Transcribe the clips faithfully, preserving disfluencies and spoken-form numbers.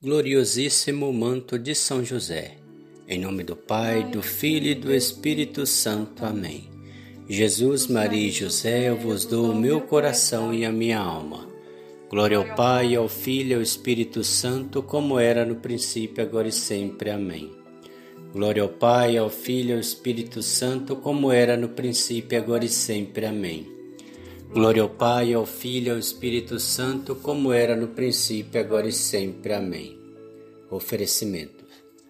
Gloriosíssimo manto de São José, em nome do Pai, do Filho e do Espírito Santo. Amém. Jesus, Maria e José, eu vos dou o meu coração e a minha alma. Glória ao Pai, ao Filho e ao Espírito Santo, como era no princípio, agora e sempre. Amém. Glória ao Pai, ao Filho e ao Espírito Santo, como era no princípio, agora e sempre. Amém. Glória ao Pai, ao Filho e ao Espírito Santo, como era no princípio, agora e sempre. Amém. Oferecimento.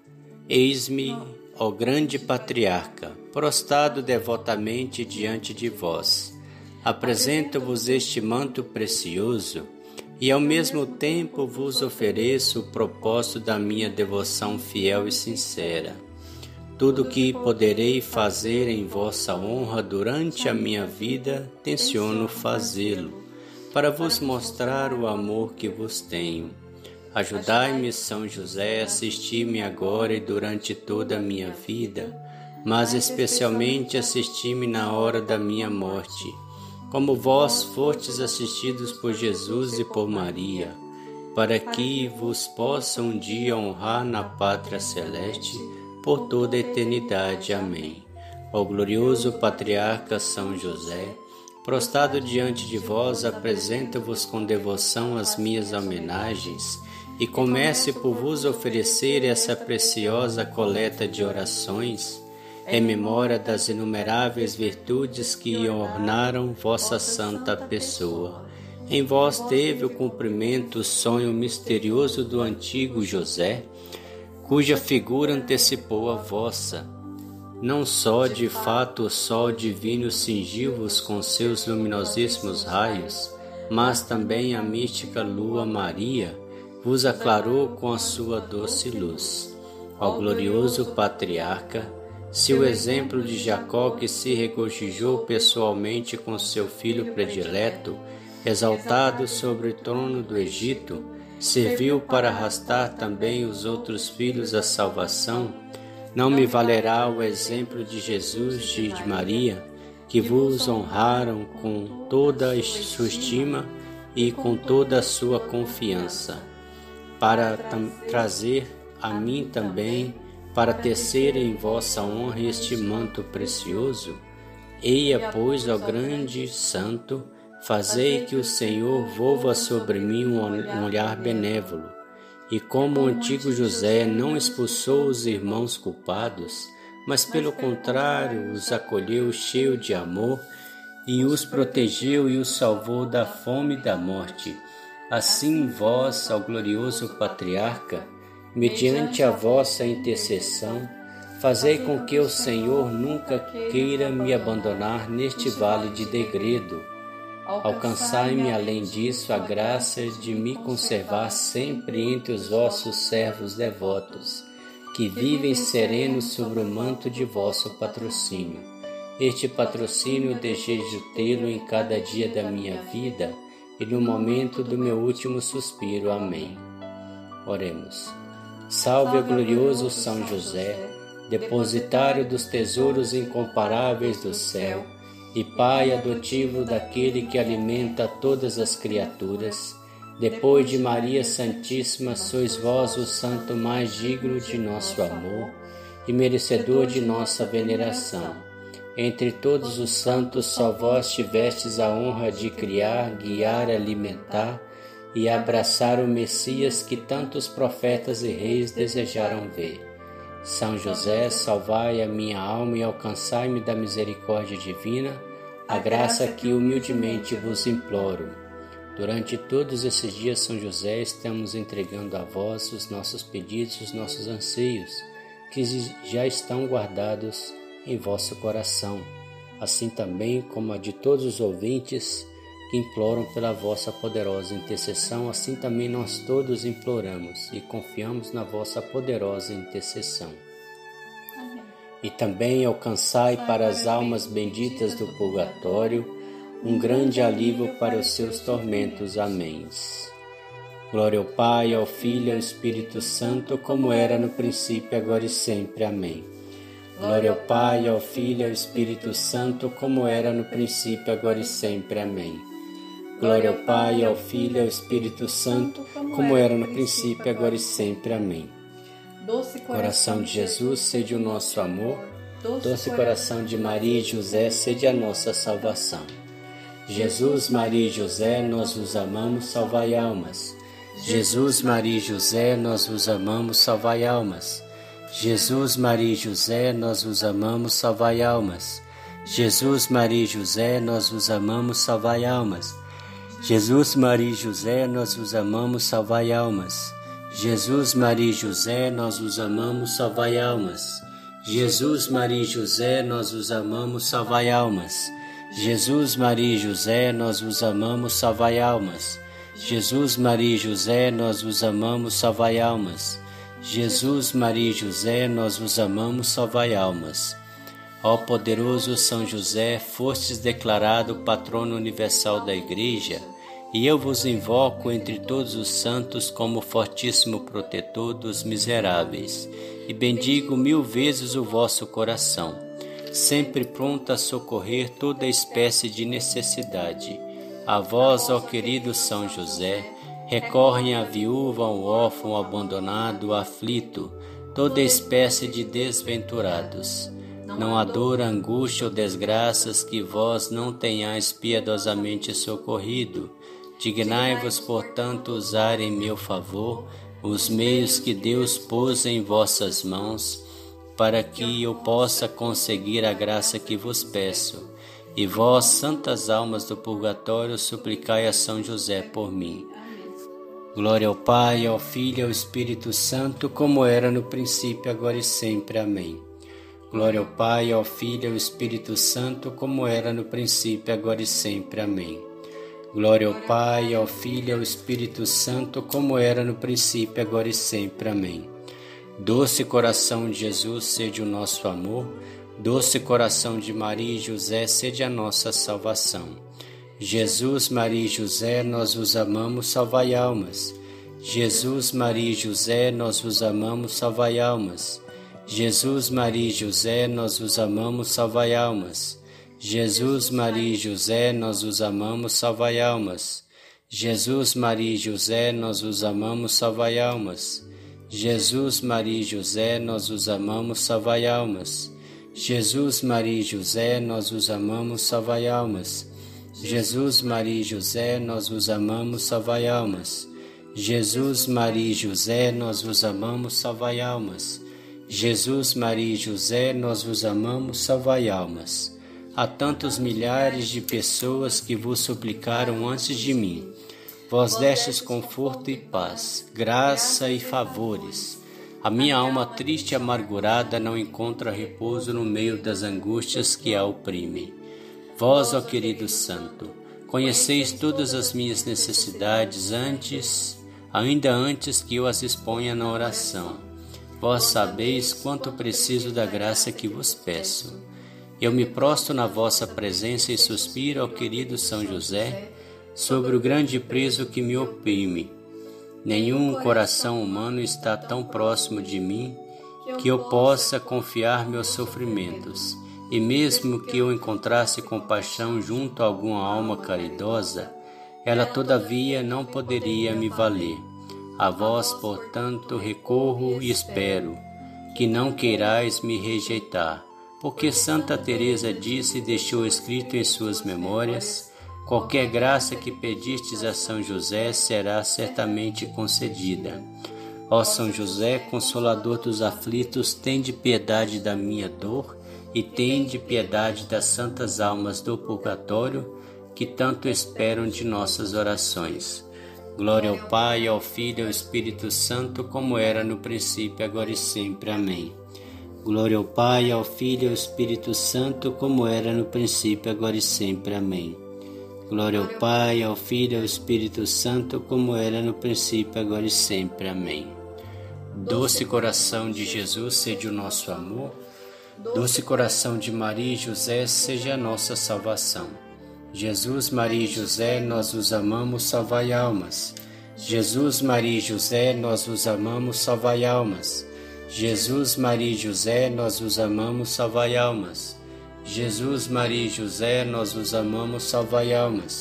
Eis-me, ó grande patriarca, prostrado devotamente diante de vós. Apresento-vos este manto precioso e ao mesmo tempo vos ofereço o propósito da minha devoção fiel e sincera. Tudo o que poderei fazer em vossa honra durante a minha vida, tenciono fazê-lo, para vos mostrar o amor que vos tenho. Ajudai-me, São José, assisti-me agora e durante toda a minha vida, mas especialmente assisti-me na hora da minha morte, como vós fostes assistidos por Jesus e por Maria, para que vos possa um dia honrar na pátria celeste, por toda a eternidade. Amém. Ó glorioso patriarca São José, prostrado diante de vós, apresento-vos com devoção as minhas homenagens e comece por vos oferecer essa preciosa coleta de orações em memória das inumeráveis virtudes que ornaram vossa santa pessoa. Em vós teve o cumprimento o sonho misterioso do antigo José, cuja figura antecipou a vossa. Não só de fato o sol divino cingiu-vos com seus luminosíssimos raios, mas também a mística lua Maria vos aclarou com a sua doce luz. Ó glorioso patriarca, se o exemplo de Jacó, que se regozijou pessoalmente com seu filho predileto, exaltado sobre o trono do Egito, serviu para arrastar também os outros filhos à salvação, não me valerá o exemplo de Jesus e de Maria, que vos honraram com toda a sua estima e com toda a sua confiança, para trazer a mim também, para tecer em vossa honra este manto precioso? Eia, pois, ó grande santo, fazei que o Senhor volva sobre mim um olhar benévolo, e como o antigo José não expulsou os irmãos culpados, mas pelo contrário os acolheu cheio de amor e os protegeu e os salvou da fome e da morte, assim vós, ó glorioso patriarca, mediante a vossa intercessão, fazei com que o Senhor nunca queira me abandonar neste vale de degredo. Alcançai-me, além disso, a graça de me conservar sempre entre os vossos servos devotos, que vivem serenos sobre o manto de vosso patrocínio. Este patrocínio desejo tê-lo em cada dia da minha vida e no momento do meu último suspiro. Amém. Oremos. Salve o glorioso São José, depositário dos tesouros incomparáveis do céu, e Pai adotivo daquele que alimenta todas as criaturas. Depois de Maria Santíssima, sois vós o santo mais digno de nosso amor e merecedor de nossa veneração. Entre todos os santos, só vós tivestes a honra de criar, guiar, alimentar e abraçar o Messias que tantos profetas e reis desejaram ver. São José, salvai a minha alma e alcançai-me da misericórdia divina, a graça que humildemente vos imploro. Durante todos esses dias, São José, estamos entregando a vós os nossos pedidos, os nossos anseios, que já estão guardados em vosso coração, assim também como a de todos os ouvintes que imploram pela vossa poderosa intercessão, assim também nós todos imploramos e confiamos na vossa poderosa intercessão. Amém. E também alcançai para as almas benditas do purgatório um grande alívio para os seus tormentos. Amém. Glória ao Pai, ao Filho e ao Espírito Santo, como era no princípio, agora e sempre. Amém. Glória ao Pai, ao Filho e ao Espírito Santo, como era no princípio, agora e sempre. Amém. Glória ao Pai, ao Filho e ao Espírito Santo, como era no princípio, agora e sempre. Amém. Doce Coração de Jesus, sede o nosso amor. Doce coração de Maria e José, sede a nossa salvação. Jesus, Maria e José, nós vos amamos, salvai almas. Jesus, Maria e José, nós vos amamos, salvai almas. Jesus, Maria e José, nós vos amamos, salvai almas. Jesus, Maria e José, nós vos amamos, salvai almas. Jesus, Maria e José, nós vos amamos, salvai almas. Jesus, Maria e José, nós vos amamos, salvai almas. Jesus, Maria e José, nós vos amamos, salvai almas. Jesus, Maria e José, nós vos amamos, salvai almas. Jesus, Maria e José, nós vos amamos, salvai almas. Jesus, Maria e José, nós vos amamos, salvai almas. Ó poderoso São José, fostes declarado patrono universal da Igreja, e eu vos invoco entre todos os santos como fortíssimo protetor dos miseráveis, e bendigo mil vezes o vosso coração, sempre pronto a socorrer toda espécie de necessidade. A vós, ó querido São José, recorrem a viúva, ao órfão, ao abandonado, ao aflito, toda espécie de desventurados. Não há dor, angústia ou desgraças que vós não tenhais piedosamente socorrido. Dignai-vos, portanto, usar em meu favor os meios que Deus pôs em vossas mãos, para que eu possa conseguir a graça que vos peço. E vós, santas almas do purgatório, suplicai a São José por mim. Glória ao Pai, ao Filho e ao Espírito Santo, como era no princípio, agora e sempre. Amém. Glória ao Pai, ao Filho e ao Espírito Santo, como era no princípio, agora e sempre. Amém. Glória ao Pai, ao Filho e ao Espírito Santo, como era no princípio, agora e sempre. Amém. Doce coração de Jesus, sede o nosso amor. Doce coração de Maria e José, sede a nossa salvação. Jesus, Maria e José, nós vos amamos, salvai almas. Jesus, Maria e José, nós vos amamos, salvai almas. Jesus, Maria e José, nós vos amamos, salvai almas. Jesus, Maria e José, nós vos amamos, salvai almas. Jesus, Maria e José, nós vos amamos, salvai almas. Jesus, Maria e José, nós vos amamos, salvai almas. Jesus, Maria e José, nós vos amamos, salvai almas. Jesus, Maria e José, nós vos amamos, salvai almas. Jesus, Maria e José, nós vos amamos, salvai almas. Jesus, Maria e José, nós vos amamos, salvai almas. Há tantos milhares de pessoas que vos suplicaram antes de mim. Vós destes conforto e paz, graça e favores. A minha alma triste e amargurada não encontra repouso no meio das angústias que a oprimem. Vós, ó querido Santo, conheceis todas as minhas necessidades antes, ainda antes que eu as exponha na oração. Vós sabeis quanto preciso da graça que vos peço. Eu me prostro na vossa presença e suspiro ao querido São José sobre o grande peso que me oprime. Nenhum coração humano está tão próximo de mim que eu possa confiar meus sofrimentos. E mesmo que eu encontrasse compaixão junto a alguma alma caridosa, ela todavia não poderia me valer. A vós, portanto, recorro e espero que não queirais me rejeitar. Porque Santa Teresa disse e deixou escrito em suas memórias: qualquer graça que pedistes a São José será certamente concedida. Ó São José, consolador dos aflitos, tende piedade da minha dor e tende piedade das santas almas do purgatório que tanto esperam de nossas orações. Glória ao Pai, ao Filho e ao Espírito Santo, como era no princípio, agora e sempre. Amém. Glória ao Pai, ao Filho e ao Espírito Santo, como era no princípio, agora e sempre. Amém. Glória ao Pai, ao Filho e ao Espírito Santo, como era no princípio, agora e sempre. Amém. Doce coração de Jesus, sede o nosso amor. Doce coração de Maria e José, seja a nossa salvação. Jesus, Maria e José, nós vos amamos, salvai almas. Jesus, Maria e José, nós vos amamos, salvai almas. Jesus, Maria e José, nós vos amamos, salvai almas. Jesus, Maria e José, nós vos amamos, salvai almas.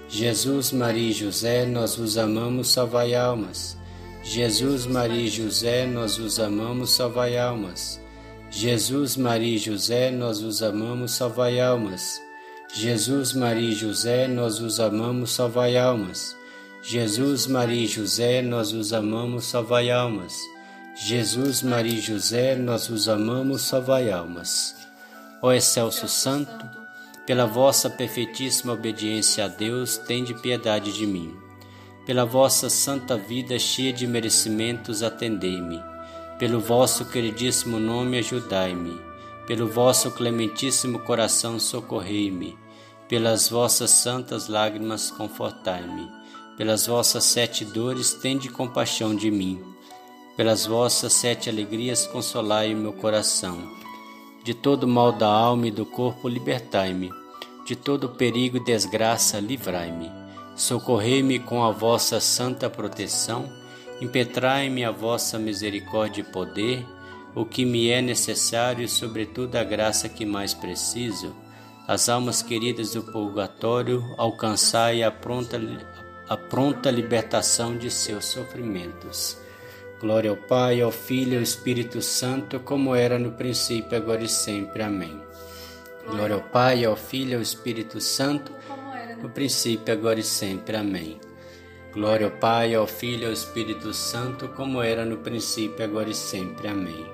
Jesus, Maria e José, nós vos amamos, salvai almas. Jesus, Maria e José, nós vos amamos, salvai almas. Jesus, Maria e José, nós vos amamos, salvai almas. Jesus, Maria e José, nós vos amamos, salvai almas. Jesus, Maria e José, nós vos amamos, salvai almas. Jesus, Maria e José, nós vos amamos, salvai almas. Ó excelso Santo, pela vossa perfeitíssima obediência a Deus, tende piedade de mim. Pela vossa santa vida cheia de merecimentos, atendei-me. Pelo vosso queridíssimo nome, ajudai-me. Pelo vosso clementíssimo coração, socorrei-me. Pelas vossas santas lágrimas, confortai-me. Pelas vossas sete dores, tende compaixão de mim. Pelas vossas sete alegrias, consolai o meu coração. De todo mal da alma e do corpo, libertai-me. De todo perigo e desgraça, livrai-me. Socorrei-me com a vossa santa proteção. Impetrai-me a vossa misericórdia e poder, o que me é necessário e, sobretudo, a graça que mais preciso. As almas queridas do purgatório, alcançai a pronta, a pronta libertação de seus sofrimentos. Glória ao Pai, ao Filho e ao Espírito Santo, como era no princípio, agora e sempre. Amém. Glória ao Pai, ao Filho e ao Espírito Santo, no princípio, agora e sempre. Amém. Glória ao Pai, ao Filho e ao Espírito Santo, como era no princípio, agora e sempre. Amém.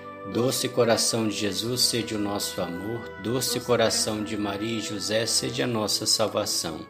Doce coração de Jesus, sede o nosso amor. Doce coração de Maria e José, sede a nossa salvação.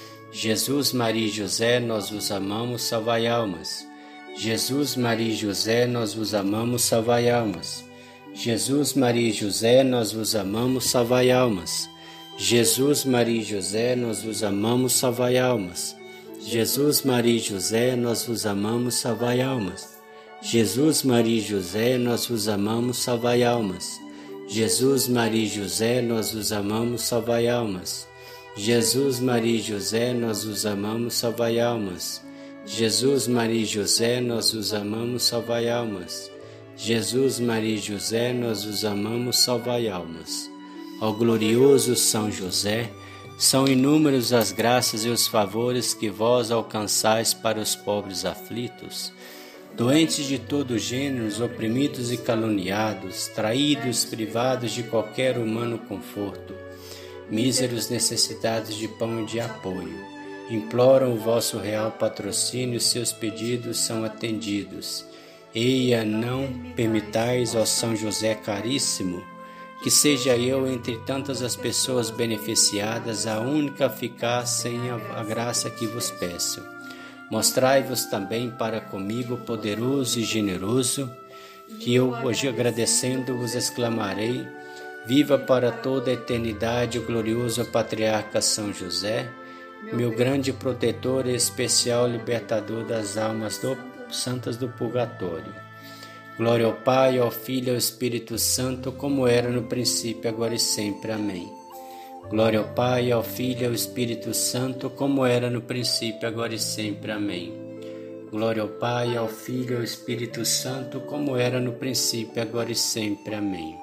Jesus, Maria e José, nós vos amamos, salvai almas. Jesus, Maria e José, nós vos amamos, salvai almas. Jesus, Maria e José, nós vos amamos, salvai almas. Jesus, Maria e José, nós vos amamos, salvai almas. Jesus, Maria e José, nós vos amamos, salvai almas. Jesus, Maria e José, nós vos amamos, salvai almas. Jesus, Maria e José, nós vos amamos, salvai almas. Jesus, Maria e José, nós vos amamos, salvai almas. Jesus, Maria e José, nós vos amamos, salvai almas. Jesus, Maria e José, nós vos amamos, salvai almas. Ó glorioso São José, são inúmeros as graças e os favores que vós alcançais para os pobres aflitos, doentes de todo gênero, oprimidos e caluniados, traídos, privados de qualquer humano conforto, míseros necessitados de pão e de apoio. Imploram o vosso real patrocínio, seus pedidos são atendidos. Eia, não permitais, ó São José caríssimo, que seja eu, entre tantas as pessoas beneficiadas, a única a ficar sem a, a graça que vos peço. Mostrai-vos também para comigo poderoso e generoso, que eu, hoje agradecendo, vos exclamarei: viva para toda a eternidade o glorioso patriarca São José, meu grande protetor e especial libertador das almas do, santas do purgatório. Glória ao Pai, ao Filho e ao Espírito Santo, como era no princípio, agora e sempre. Amém. Glória ao Pai, ao Filho e ao Espírito Santo, como era no princípio, agora e sempre. Amém. Glória ao Pai, ao Filho e ao Espírito Santo, como era no princípio, agora e sempre. Amém.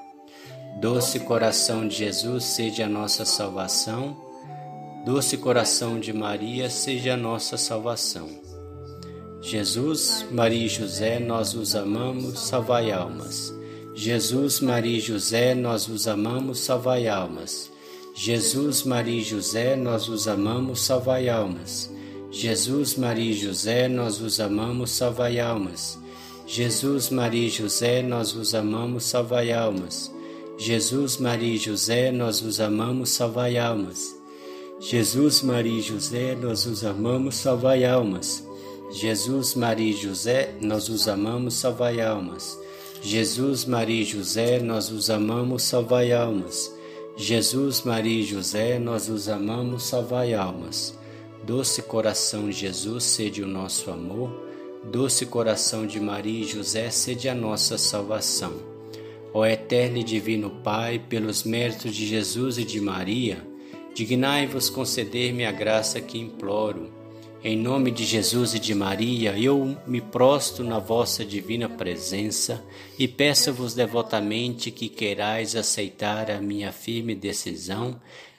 Doce coração de Jesus, seja a nossa salvação. Doce coração de Maria, seja a nossa salvação. Jesus, Maria e José, nós vos amamos, salvai almas. Jesus, Maria e José, nós vos amamos, salvai almas. Jesus, Maria e José, nós vos amamos, salvai almas. Jesus, Maria e José, nós vos amamos, salvai almas. Jesus, Maria e José, nós vos amamos, salvai almas. Jesus, Maria e José, nós vos amamos, salvai almas. Jesus, Maria e José, nós vos amamos, salvai almas. Jesus, Maria e José, nós vos amamos, salvai almas. Jesus, Maria e José, nós vos amamos, salvai almas. Jesus, Maria e José, nós vos amamos, salvai almas. Doce coração de Jesus, sede o nosso amor. Doce coração de Maria e José, sede a nossa salvação. Ó eterno e divino Pai, pelos méritos de Jesus e de Maria, dignai-vos conceder-me a graça que imploro. Em nome de Jesus e de Maria, eu me prostro na vossa divina presença e peço-vos devotamente que queirais aceitar a minha firme decisão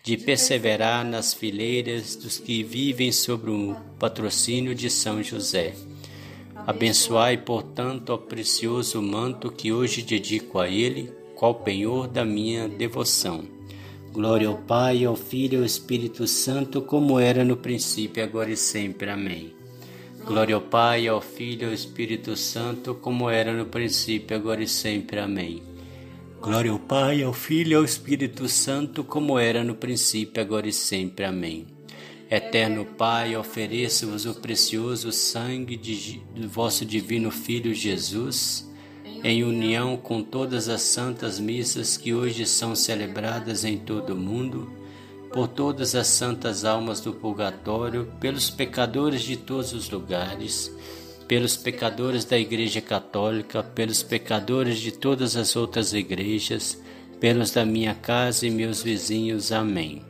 de perseverar nas fileiras dos que vivem sob o patrocínio de São José. Abençoai, portanto, o precioso manto que hoje dedico a ele, qual penhor da minha devoção. Glória ao Pai, ao Filho e ao Espírito Santo, como era no princípio, agora e sempre. Amém. Glória ao Pai, ao Filho e ao Espírito Santo, como era no princípio, agora e sempre. Amém. Glória ao Pai, ao Filho e ao Espírito Santo, como era no princípio, agora e sempre. Amém. Eterno Pai, ofereço-vos o precioso sangue de, do vosso divino Filho Jesus, em união com todas as santas missas que hoje são celebradas em todo o mundo, por todas as santas almas do purgatório, pelos pecadores de todos os lugares, pelos pecadores da Igreja Católica, pelos pecadores de todas as outras igrejas, pelos da minha casa e meus vizinhos. Amém.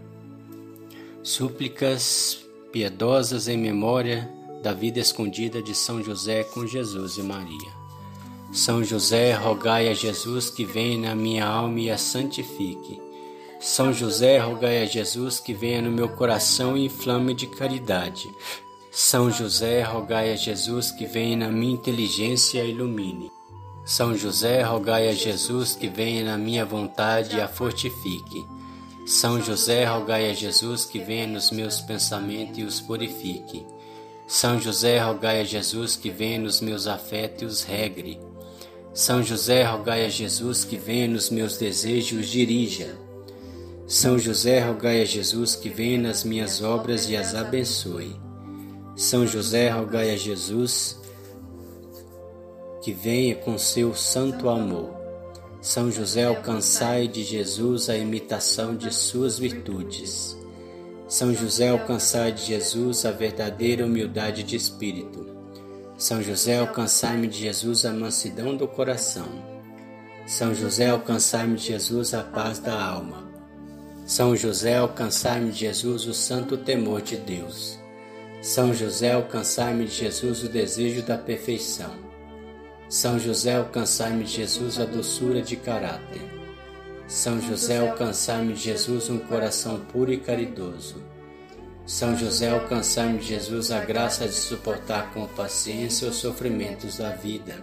Súplicas piedosas em memória da vida escondida de São José com Jesus e Maria. São José, rogai a Jesus que venha na minha alma e a santifique. São José, rogai a Jesus que venha no meu coração e inflame de caridade. São José, rogai a Jesus que venha na minha inteligência e a ilumine. São José, rogai a Jesus que venha na minha vontade e a fortifique. São José, rogai a Jesus que venha nos meus pensamentos e os purifique. São José, rogai a Jesus que venha nos meus afetos e os regre. São José, rogai a Jesus que venha nos meus desejos e os dirija. São José, rogai a Jesus que venha nas minhas obras e as abençoe. São José, rogai a Jesus que venha com seu santo amor. São José, alcançai de Jesus a imitação de suas virtudes. São José, alcançai de Jesus a verdadeira humildade de espírito. São José, alcançai-me de Jesus a mansidão do coração. São José, alcançai-me de Jesus a paz da alma. São José, alcançai-me de Jesus o santo temor de Deus. São José, alcançai-me de Jesus o desejo da perfeição. São José, alcançai-me de Jesus a doçura de caráter. São José, alcançai-me de Jesus um coração puro e caridoso. São José, alcançai-me de Jesus a graça de suportar com paciência os sofrimentos da vida.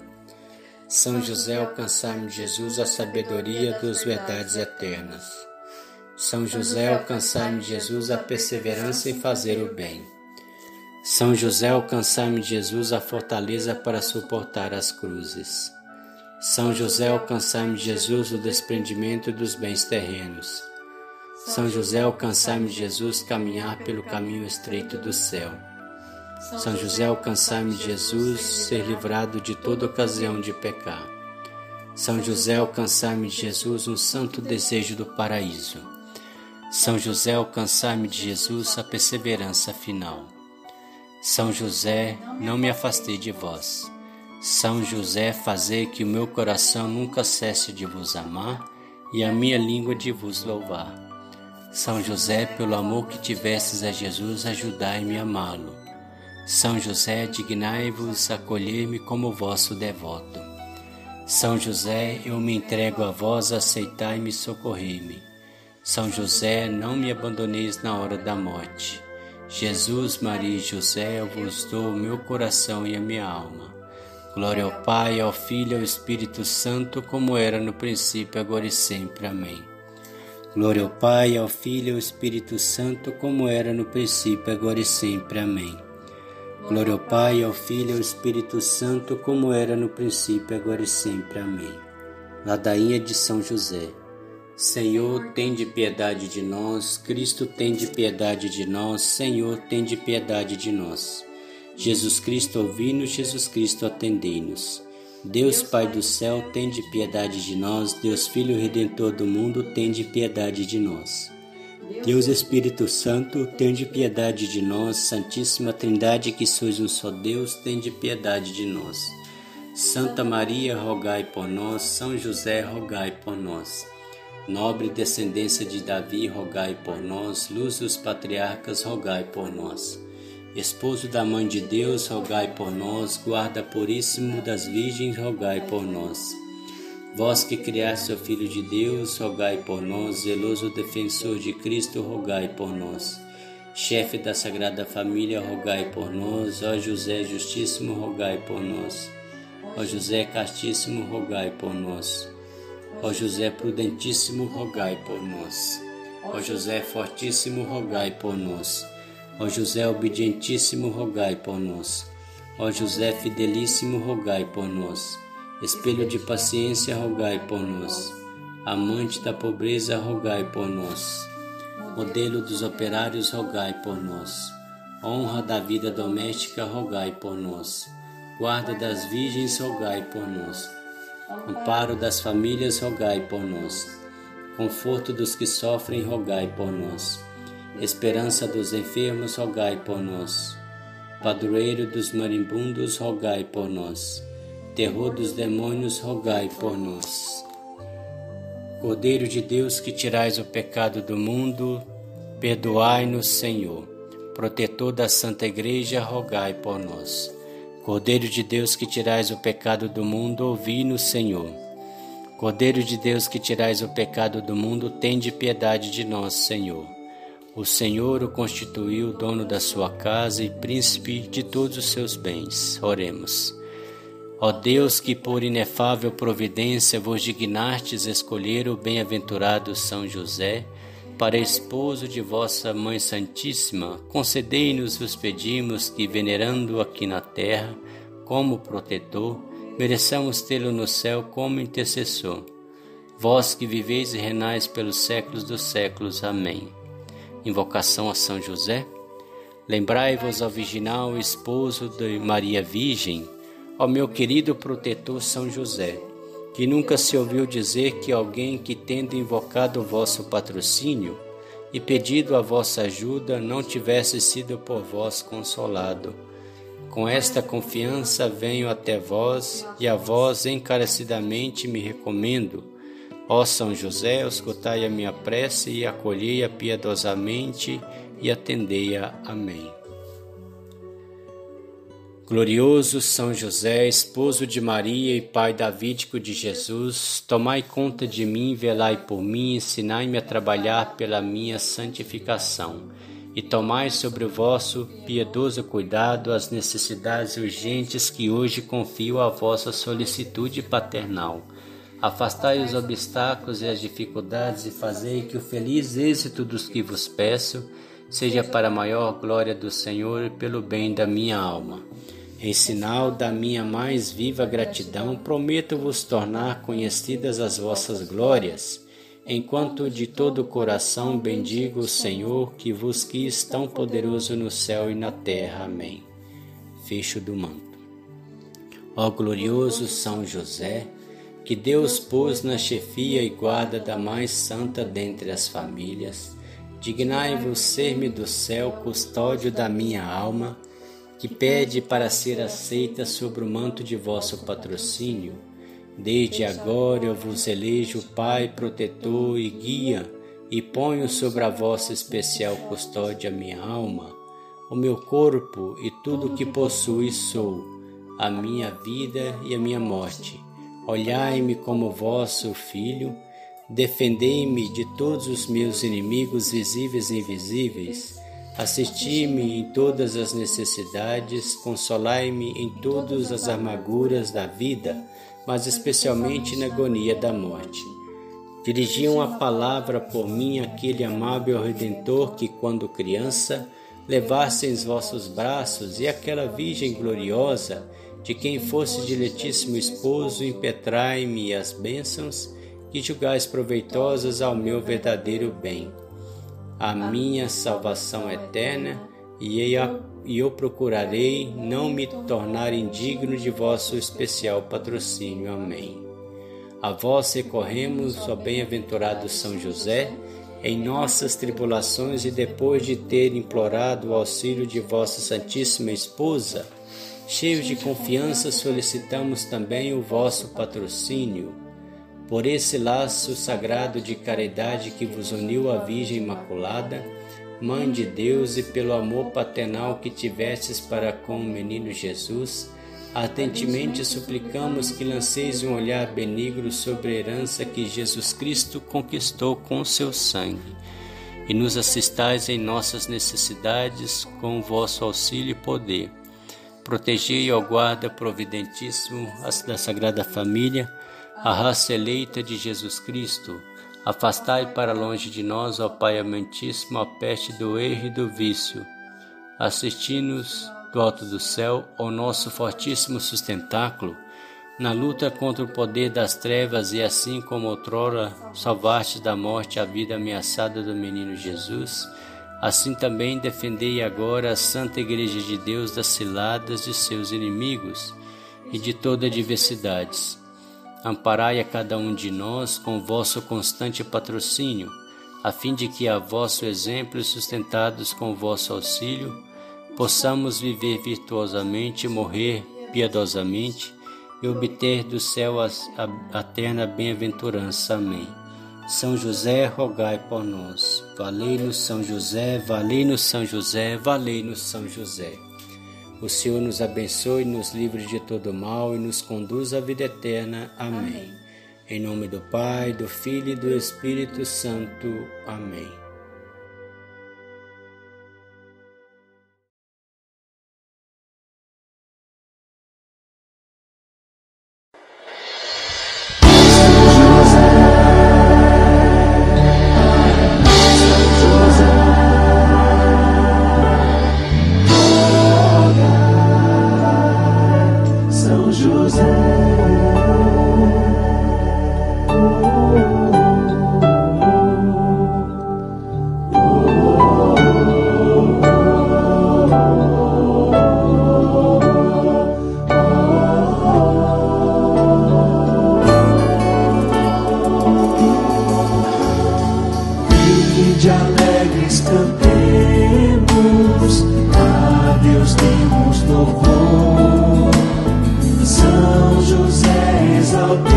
São José, alcançai-me de Jesus a sabedoria das verdades eternas. São José, alcançai-me de Jesus a perseverança em fazer o bem. São José, alcançai-me de Jesus a fortaleza para suportar as cruzes. São José, alcançai-me de Jesus o desprendimento dos bens terrenos. São José, alcançai-me de Jesus caminhar pelo caminho estreito do céu. São José, alcançai-me de Jesus ser livrado de toda ocasião de pecar. São José, alcançai-me de Jesus um santo desejo do paraíso. São José, alcançai-me de Jesus a perseverança final. São José, não me afastei de vós. São José, fazei que o meu coração nunca cesse de vos amar e a minha língua de vos louvar. São José, pelo amor que tivestes a Jesus, ajudai-me a amá-lo. São José, dignai-vos acolher-me como vosso devoto. São José, eu me entrego a vós, aceitai-me e socorrei-me. São José, não me abandoneis na hora da morte. Jesus, Maria e José, eu vos dou o meu coração e a minha alma. Glória ao Pai, ao Filho e ao Espírito Santo, como era no princípio, agora e sempre. Amém. Glória ao Pai, ao Filho e ao Espírito Santo, como era no princípio, agora e sempre. Amém. Glória ao Pai, ao Filho e ao Espírito Santo, como era no princípio, agora e sempre. Amém. Ladainha de São José. Senhor, tende piedade de nós. Cristo, tende piedade de nós. Senhor, tende piedade de nós. Jesus Cristo, ouvi-nos. Jesus Cristo, atendei-nos. Deus Pai do céu, tende piedade de nós. Deus Filho Redentor do mundo, tende piedade de nós. Deus Espírito Santo, tende piedade de nós. Santíssima Trindade, que sois um só Deus, tende piedade de nós. Santa Maria, rogai por nós. São José, rogai por nós. Nobre descendência de Davi, rogai por nós. Luz dos patriarcas, rogai por nós. Esposo da Mãe de Deus, rogai por nós. Guarda puríssimo das virgens, rogai por nós. Vós que criaste o Filho de Deus, rogai por nós. Zeloso defensor de Cristo, rogai por nós. Chefe da Sagrada Família, rogai por nós. Ó José Justíssimo, rogai por nós. Ó José Castíssimo, rogai por nós. Ó José Prudentíssimo, rogai por nós. Ó José Fortíssimo, rogai por nós. Ó José Obedientíssimo, rogai por nós. Ó José Fidelíssimo, rogai por nós. Espelho de paciência, rogai por nós. Amante da pobreza, rogai por nós. Modelo dos operários, rogai por nós. Honra da vida doméstica, rogai por nós. Guarda das virgens, rogai por nós. Amparo das famílias, rogai por nós. Conforto dos que sofrem, rogai por nós. Esperança dos enfermos, rogai por nós. Padroeiro dos moribundos, rogai por nós. Terror dos demônios, rogai por nós. Cordeiro de Deus, que tirais o pecado do mundo, perdoai-nos, Senhor. Protetor da Santa Igreja, rogai por nós. Cordeiro de Deus, que tirais o pecado do mundo, ouvi-nos, Senhor. Cordeiro de Deus, que tirais o pecado do mundo, tende piedade de nós, Senhor. O Senhor o constituiu dono da sua casa e príncipe de todos os seus bens. Oremos. Ó Deus, que por inefável providência vos dignastes escolher o bem-aventurado São José para esposo de vossa Mãe Santíssima, concedei-nos, vos pedimos, que, venerando-o aqui na terra como protetor, mereçamos tê-lo no céu como intercessor. Vós que viveis e renais pelos séculos dos séculos. Amém. Invocação a São José. Lembrai-vos ao virginal esposo de Maria Virgem, ó meu querido protetor São José, que nunca se ouviu dizer que alguém que, tendo invocado o vosso patrocínio e pedido a vossa ajuda, não tivesse sido por vós consolado. Com esta confiança venho até vós e a vós encarecidamente me recomendo. Ó São José, escutai a minha prece e acolhei-a piedosamente e atendei-a. Amém. Glorioso São José, esposo de Maria e pai davídico de Jesus, tomai conta de mim, velai por mim, ensinai-me a trabalhar pela minha santificação, e tomai sobre o vosso piedoso cuidado as necessidades urgentes que hoje confio à vossa solicitude paternal. Afastai os obstáculos e as dificuldades e fazei que o feliz êxito dos que vos peço seja para a maior glória do Senhor e pelo bem da minha alma. Em sinal da minha mais viva gratidão, prometo-vos tornar conhecidas as vossas glórias, enquanto de todo o coração bendigo o Senhor, que vos quis tão poderoso no céu e na terra. Amém. Fecho do manto. Ó glorioso São José, que Deus pôs na chefia e guarda da mais santa dentre as famílias, dignai-vos ser-me do céu custódio da minha alma, que pede para ser aceita sobre o manto de vosso patrocínio. Desde agora eu vos elejo Pai, protetor e guia, e ponho sobre a vossa especial custódia a minha alma, o meu corpo e tudo o que possui sou, a minha vida e a minha morte. Olhai-me como vosso filho, defendei-me de todos os meus inimigos visíveis e invisíveis, assisti-me em todas as necessidades, consolai-me em todas as amarguras da vida, mas especialmente na agonia da morte. Dirigiam a palavra por mim aquele amável Redentor que, quando criança, levaste em vossos braços, e aquela Virgem gloriosa, de quem fosse diletíssimo esposo, impetrai-me as bênçãos que julgais proveitosas ao meu verdadeiro bem, a minha salvação eterna, e eu procurarei não me tornar indigno de vosso especial patrocínio. Amém. A vós recorremos, ó bem-aventurado São José, em nossas tribulações, e depois de ter implorado o auxílio de vossa Santíssima Esposa, cheios de confiança solicitamos também o vosso patrocínio. Por esse laço sagrado de caridade que vos uniu à Virgem Imaculada, Mãe de Deus, e pelo amor paternal que tivestes para com o menino Jesus, Ardentemente suplicamos que lanceis um olhar benigno sobre a herança que Jesus Cristo conquistou com seu sangue, e nos assistais em nossas necessidades com o vosso auxílio e poder. Protegei, ó guarda providentíssimo da Sagrada Família, a raça eleita de Jesus Cristo. Afastai para longe de nós, ó Pai amantíssimo, a peste do erro e do vício. Assisti-nos do alto do céu ao nosso fortíssimo sustentáculo, na luta contra o poder das trevas, e assim como outrora salvaste da morte a vida ameaçada do menino Jesus, assim também defendei agora a Santa Igreja de Deus das ciladas de seus inimigos e de toda adversidades. Amparai a cada um de nós com vosso constante patrocínio, a fim de que, a vosso exemplo e sustentados com vosso auxílio, possamos viver virtuosamente e morrer piedosamente e obter do céu a, a, a eterna bem-aventurança. Amém. São José, rogai por nós. Valei-nos São José, valei-nos São José, valei-nos São José. O Senhor nos abençoe, nos livre de todo mal e nos conduz à vida eterna. Amém. Amém. Em nome do Pai, do Filho e do Espírito Santo. Amém. De alegres cantemos, a Deus demos louvor. São José exaltemos,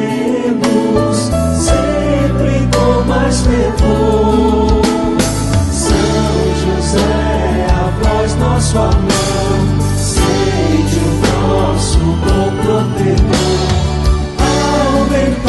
sempre com mais fervor. São José, a vós nosso amor, sede o nosso bom protetor. Aumentai